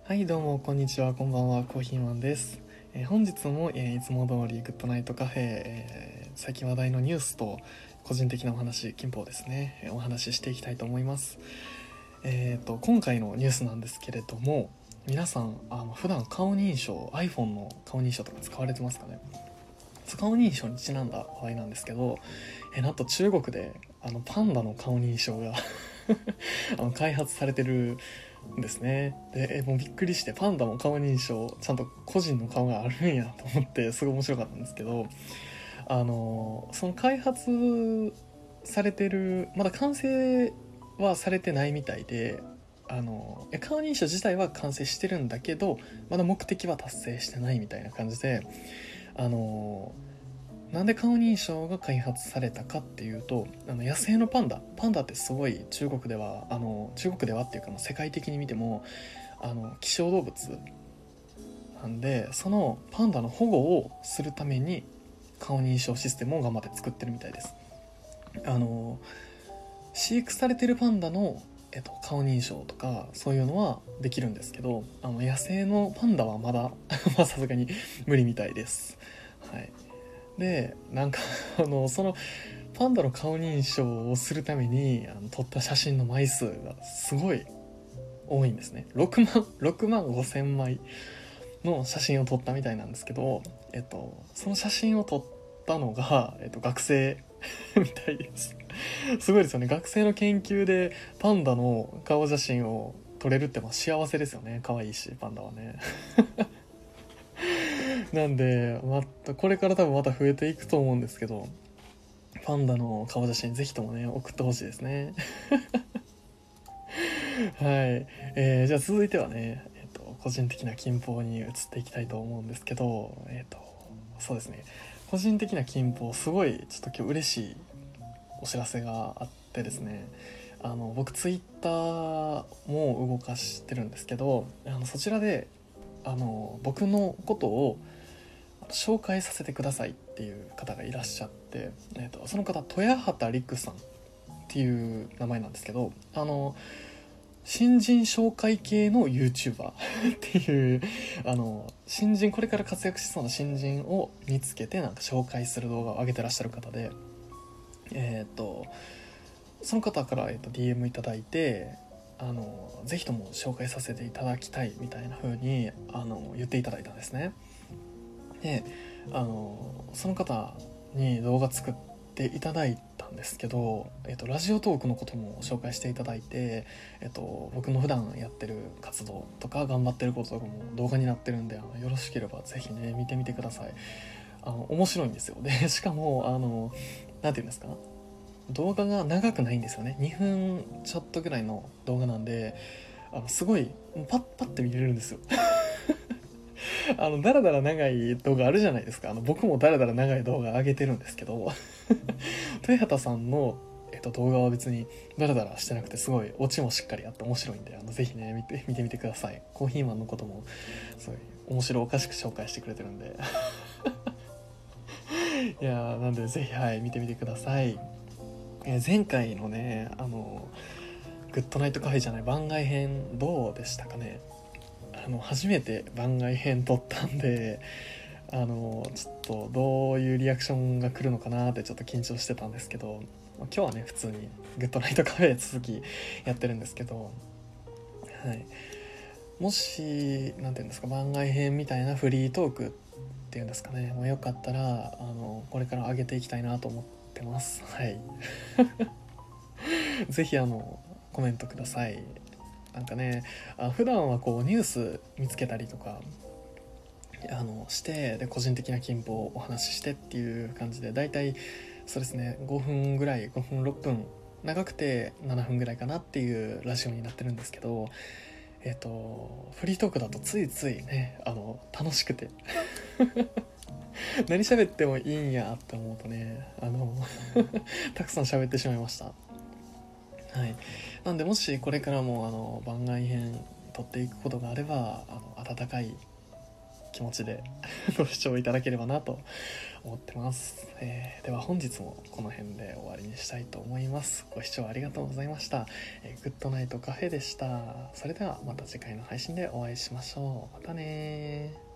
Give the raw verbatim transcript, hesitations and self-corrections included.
はい、どうもこんにちは、こんばんは。コーヒーマンです。えー本日も、えーいつも通りグッドナイトカフェ、えー最近話題のニュースと個人的なお話、近況ですね、えーお話ししていきたいと思います。えーと今回のニュースなんですけれども、皆さんあの普段顔認証 iPhone の顔認証とか使われてますかね。顔認証にちなんだ話題なんですけど、えーなんと中国であのパンダの顔認証があの開発されてるですね。で、えもうびっくりして、パンダも顔認証ちゃんと個人の顔があるんやと思って、すごい面白かったんですけど、あのその開発されてる、まだ完成はされてないみたいで、あの顔認証自体は完成してるんだけど、まだ目的は達成してないみたいな感じで、あのなんで顔認証が開発されたかっていうと、あの野生のパンダパンダってすごい中国ではあの中国ではっていうか、世界的に見てもあの希少動物なんで、そのパンダの保護をするために顔認証システムを頑張って作ってるみたいです。あの飼育されてるパンダの、えっと、顔認証とかそういうのはできるんですけど、あの野生のパンダはまださすがに無理みたいです。はい。でなんかあのそのパンダの顔認証をするためにあの撮った写真の枚数がすごい多いんですね。ろくまんろくまんごせんまいの写真を撮ったみたいなんですけど、えっとその写真を撮ったのが、えっと、学生みたいです。すごいですよね。学生の研究でパンダの顔写真を撮れるってまあ幸せですよね。可愛いしパンダはね。なんでまたこれから多分また増えていくと思うんですけど、パンダの顔写真ぜひともね送ってほしいですね。はい、えー、じゃあ続いてはね、えー、と個人的な近況に移っていきたいと思うんですけど、えっ、とそうですね、個人的な近況、すごいちょっと今日嬉しいお知らせがあってですね、あの僕ツイッターも動かしてるんですけど、あのそちらであの僕のことを紹介させてくださいっていう方がいらっしゃって、えー、とその方豊畑陸さんっていう名前なんですけど、あの新人紹介系の YouTuber っていう、あの新人、これから活躍しそうな新人を見つけてなんか紹介する動画を上げてらっしゃる方で、えっ、とその方から、えー、と ディーエム いただいて、あのぜひとも紹介させていただきたいみたいな風にあの言っていただいたんですね。で、あのその方に動画作っていただいたんですけど、えっと、ラジオトークのことも紹介していただいて、えっと、僕の普段やってる活動とか頑張ってることとかも動画になってるんで、あのよろしければぜひね見てみてください。あの面白いんですよ。でしかもあのなんていうんですか、動画が長くないんですよね。にふんちょっとぐらいの動画なんで、あのすごいパッパッて見れるんですよ。あの、だらだら長い動画あるじゃないですか。あの、僕もだらだら長い動画上げてるんですけど、豊畑さんの、えっと、動画は別にだらだらしてなくて、すごいオチもしっかりあって面白いんで、あの、ぜひね、見て、見てみてください。コーヒーマンのことも、すごい面白おかしく紹介してくれてるんで。いやー、なんでぜひ、はい、見てみてください。えー前回のね、あの、グッドナイトカフェじゃない番外編どうでしたかね。あの初めて番外編撮ったんで、あのちょっとどういうリアクションが来るのかなってちょっと緊張してたんですけど、今日はね普通にグッドナイトカフェ続きやってるんですけど、はい、もしなんていうんですか、番外編みたいなフリートークっていうんですかね、もうよかったらあのこれから上げていきたいなと思ってます。はい。ぜひあのコメントください。なんかね、あ普段はこうニュース見つけたりとかあのしてで個人的な近況をお話ししてっていう感じで、だいたいそうですねごふんぐらい、ごふんろっぷん、長くてななふんぐらいかなっていうラジオになってるんですけど、えっ、とフリートークだとついついね、あの楽しくて何喋ってもいいんやって思うとね、あのたくさん喋ってしまいました。はい。なんでもしこれからもあの番外編撮っていくことがあれば、あの温かい気持ちでご視聴いただければなと思ってます、えー、では本日もこの辺で終わりにしたいと思います。ご視聴ありがとうございました、えー、グッドナイトカフェでした。それではまた次回の配信でお会いしましょう。またね。